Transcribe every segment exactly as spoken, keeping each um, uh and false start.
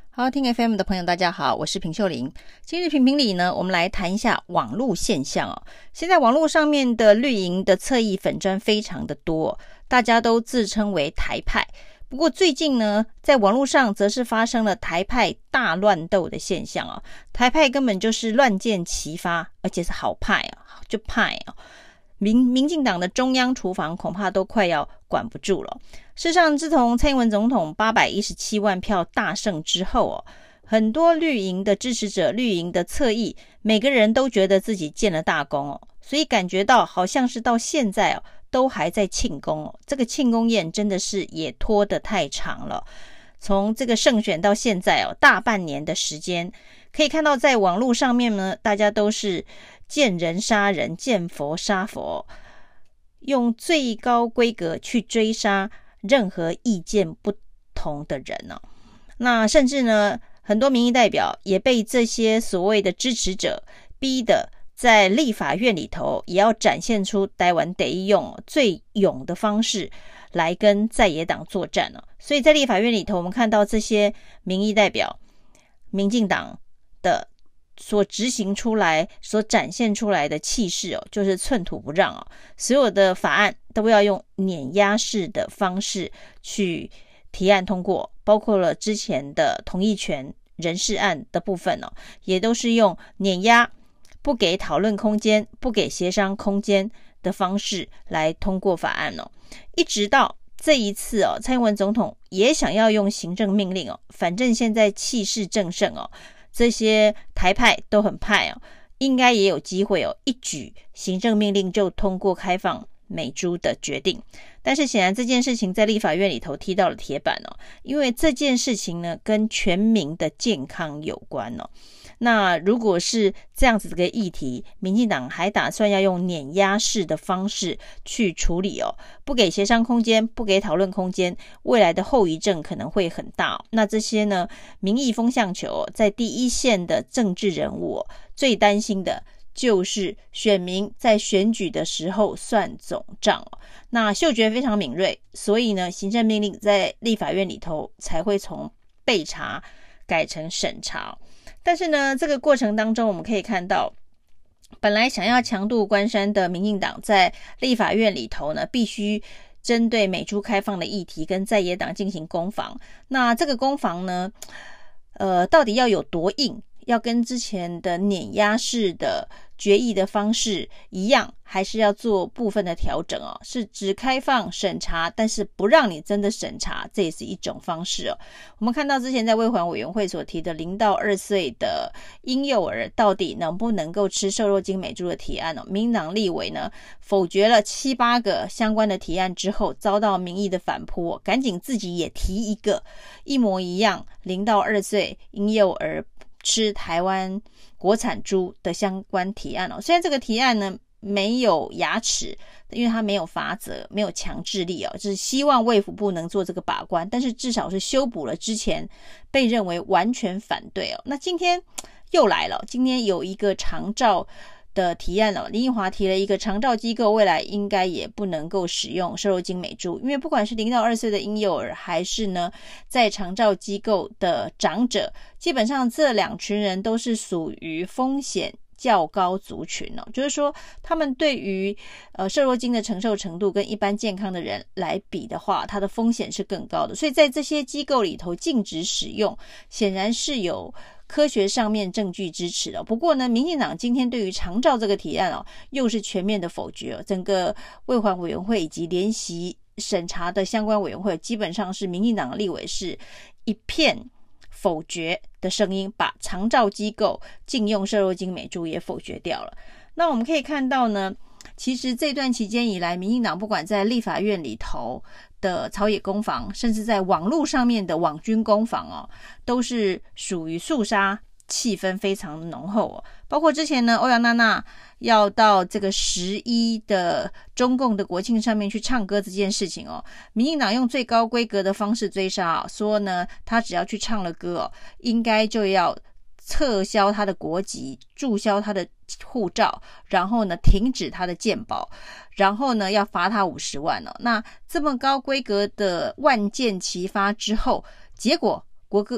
好，听 F M 的朋友大家好，我是平秀玲。今日评评理呢，我们来谈一下网络现象哦。现在网络上面的绿营的侧翼粉专非常的多，大家都自称为台派。不过最近呢，在网络上则是发生了台派大乱斗的现象哦。台派根本就是乱箭齐发，而且是好派啊，就派啊。民民进党的中央厨房恐怕都快要管不住了。事实上，自从蔡英文总统八百一十七万票大胜之后哦，很多绿营的支持者、绿营的侧翼，每个人都觉得自己建了大功哦，所以感觉到好像是到现在哦，都还在庆功哦。这个庆功宴真的是也拖得太长了。从这个胜选到现在哦，大半年的时间，可以看到在网络上面呢，大家都是见人杀人，见佛杀佛，用最高规格去追杀任何意见不同的人哦。那甚至呢，很多民意代表也被这些所谓的支持者逼的，在立法院里头也要展现出台湾得用最勇的方式来跟在野党作战哦。所以在立法院里头，我们看到这些民意代表、民进党的所执行出来、所展现出来的气势哦，就是寸土不让哦。所有的法案都要用碾压式的方式去提案通过，包括了之前的同意权人事案的部分哦，也都是用碾压、不给讨论空间、不给协商空间的方式来通过法案哦。一直到这一次哦，蔡英文总统也想要用行政命令哦，反正现在气势正盛哦，这些台派都很派哦，应该也有机会哦，一举行政命令就通过开放美猪的决定。但是显然这件事情在立法院里头踢到了铁板哦，因为这件事情呢跟全民的健康有关哦。那如果是这样子的一个议题，民进党还打算要用碾压式的方式去处理哦，不给协商空间，不给讨论空间，未来的后遗症可能会很大哦。那这些呢，民意风向球哦，在第一线的政治人物哦，最担心的就是选民在选举的时候算总账哦。那嗅觉非常敏锐，所以呢，行政命令在立法院里头才会从备查改成审查。但是呢，这个过程当中我们可以看到，本来想要强渡关山的民进党在立法院里头呢，必须针对美猪开放的议题跟在野党进行攻防。那这个攻防呢，呃，到底要有多硬？要跟之前的碾压式的决议的方式一样，还是要做部分的调整哦？是只开放审查，但是不让你真的审查，这也是一种方式哦。我们看到之前在卫环委员会所提的零到二岁的婴幼儿到底能不能够吃瘦肉精美猪的提案哦，民进党立委呢否决了七八个相关的提案之后，遭到民意的反扑哦，赶紧自己也提一个一模一样零到二岁婴幼儿吃台湾国产猪的相关提案哦。虽然这个提案呢没有牙齿，因为它没有法则，没有强制力哦，就是希望卫福部能做这个把关，但是至少是修补了之前被认为完全反对哦。那今天又来了，今天有一个长照的提案哦，林奕华提了一个长照机构未来应该也不能够使用瘦肉精美猪，因为不管是零到二岁的婴幼儿，还是呢在长照机构的长者，基本上这两群人都是属于风险较高族群哦，就是说他们对于呃瘦肉精的承受程度跟一般健康的人来比的话，它的风险是更高的，所以在这些机构里头禁止使用，显然是有科学上面证据支持的。不过呢，民进党今天对于长照这个提案哦，又是全面的否决哦。整个卫环委员会以及联席审查的相关委员会，基本上是民进党的立委是一片否决的声音，把长照机构禁用瘦肉精美猪也否决掉了。那我们可以看到呢，其实这段期间以来，民进党不管在立法院里头的朝野攻防，甚至在网络上面的网军攻防哦，都是属于肃杀气氛非常浓厚哦。包括之前呢，欧阳娜娜要到这个十一的中共的国庆上面去唱歌这件事情哦，民进党用最高规格的方式追杀哦，说呢他只要去唱了歌哦，应该就要撤销他的国籍，注销他的护照，然后呢停止他的健保，然后呢要罚他五十万哦。那这么高规格的万箭齐发之后，结果国歌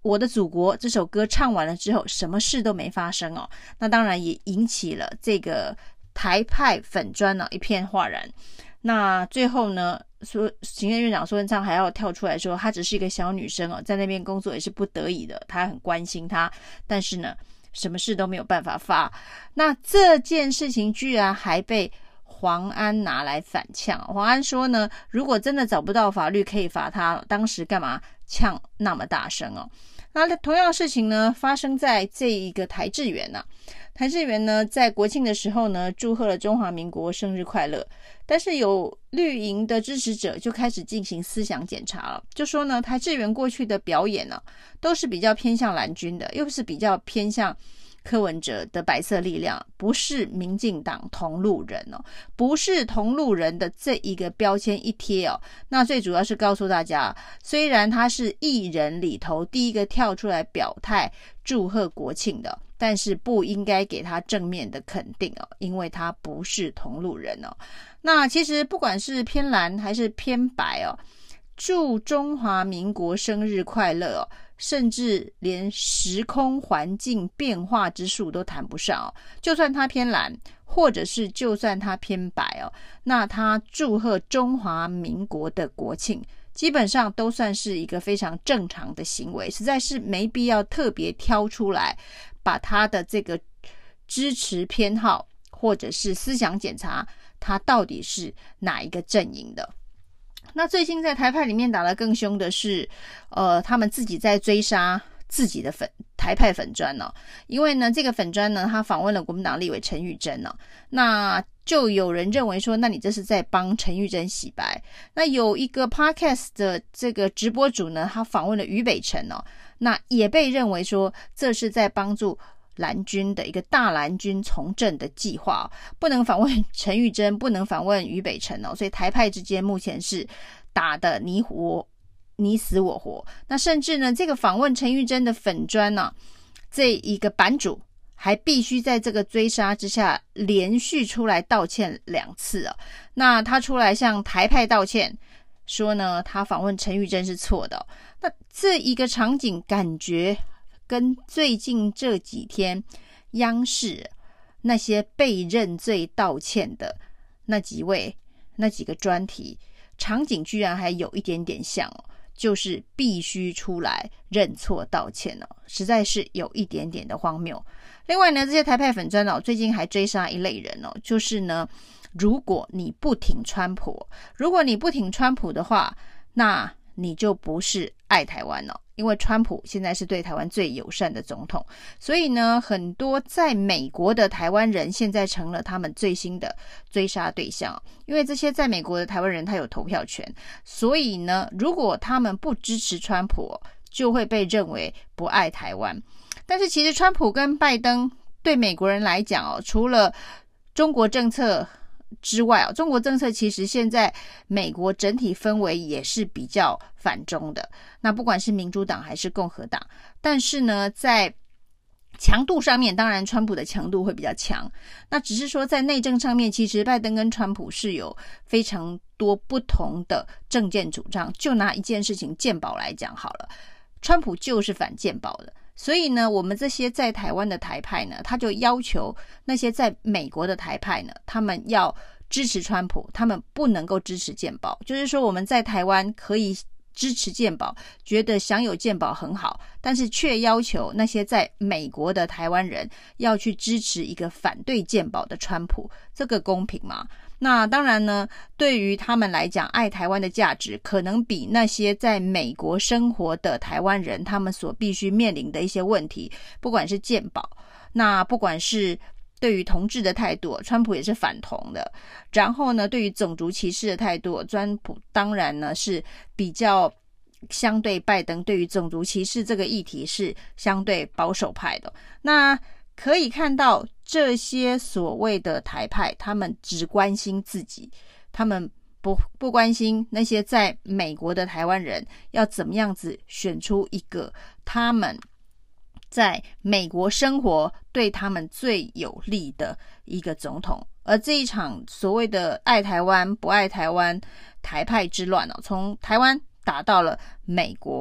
我的祖国这首歌唱完了之后，什么事都没发生哦。那当然也引起了这个台派粉专呢、哦、一片哗然。那最后呢，说行政院长苏贞昌还要跳出来说，她只是一个小女生哦，在那边工作也是不得已的，她很关心她，但是呢，什么事都没有办法发。那这件事情居然还被黄安拿来反呛。黄安说呢，如果真的找不到法律可以罚他，当时干嘛呛那么大声哦？那同样的事情呢，发生在这一个台志源啊。台志源呢，在国庆的时候呢，祝贺了中华民国生日快乐，但是有绿营的支持者就开始进行思想检查了，就说呢，台志源过去的表演呢、啊，都是比较偏向蓝军的，又是比较偏向柯文哲的白色力量，不是民进党同路人哦，不是同路人的这一个标签一贴哦，那最主要是告诉大家，虽然他是艺人里头第一个跳出来表态祝贺国庆的，但是不应该给他正面的肯定哦，因为他不是同路人哦。那其实不管是偏蓝还是偏白哦，祝中华民国生日快乐哦，甚至连时空环境变化之术都谈不上哦。就算他偏蓝，或者是就算他偏白哦，那他祝贺中华民国的国庆，基本上都算是一个非常正常的行为，实在是没必要特别挑出来，把他的这个支持偏好或者是思想检查，他到底是哪一个阵营的。那最近在台派里面打得更凶的是，呃，他们自己在追杀自己的粉台派粉专哦，因为呢，这个粉专呢，他访问了国民党立委陈玉珍哦，那就有人认为说，那你这是在帮陈玉珍洗白。那有一个 podcast 的这个直播主呢，他访问了俞北辰哦，那也被认为说这是在帮助蓝军的一个大蓝军从政的计划、哦，不能访问陈玉珍，不能访问俞北辰哦，所以台派之间目前是打的你活你死我活。那甚至呢，这个访问陈玉珍的粉专呢、啊，这一个版主还必须在这个追杀之下连续出来道歉两次啊。那他出来向台派道歉，说呢他访问陈玉珍是错的、哦。那这一个场景感觉跟最近这几天央视那些被认罪道歉的那几位那几个专题场景居然还有一点点像哦，就是必须出来认错道歉哦，实在是有一点点的荒谬。另外呢，这些台派粉专哦，最近还追杀一类人哦，就是呢，如果你不挺川普，如果你不挺川普的话，那你就不是爱台湾了、哦，因为川普现在是对台湾最友善的总统，所以呢，很多在美国的台湾人现在成了他们最新的追杀对象，因为这些在美国的台湾人他有投票权，所以呢，如果他们不支持川普，就会被认为不爱台湾。但是其实川普跟拜登对美国人来讲哦，除了中国政策之外哦，中国政策其实现在美国整体氛围也是比较反中的，那不管是民主党还是共和党，但是呢，在强度上面，当然川普的强度会比较强，那只是说在内政上面，其实拜登跟川普是有非常多不同的政见主张。就拿一件事情健保来讲好了，川普就是反健保的，所以呢，我们这些在台湾的台派呢，他就要求那些在美国的台派呢，他们要支持川普，他们不能够支持健保。就是说我们在台湾可以支持健保，觉得享有健保很好，但是却要求那些在美国的台湾人要去支持一个反对健保的川普，这个公平吗？那当然呢，对于他们来讲，爱台湾的价值可能比那些在美国生活的台湾人他们所必须面临的一些问题，不管是健保，那不管是对于同志的态度，川普也是反同的。然后呢，对于种族歧视的态度，川普当然呢是比较相对拜登对于种族歧视这个议题是相对保守派的。那可以看到这些所谓的台派，他们只关心自己，他们不不关心那些在美国的台湾人要怎么样子选出一个他们在美国生活对他们最有利的一个总统。而这一场所谓的爱台湾不爱台湾台派之乱哦，从台湾打到了美国，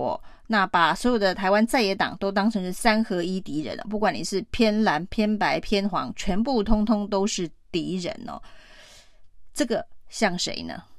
那把所有的台湾在野党都当成是三合一敌人，不管你是偏蓝、偏白、偏黄，全部通通都是敌人哦。这个像谁呢？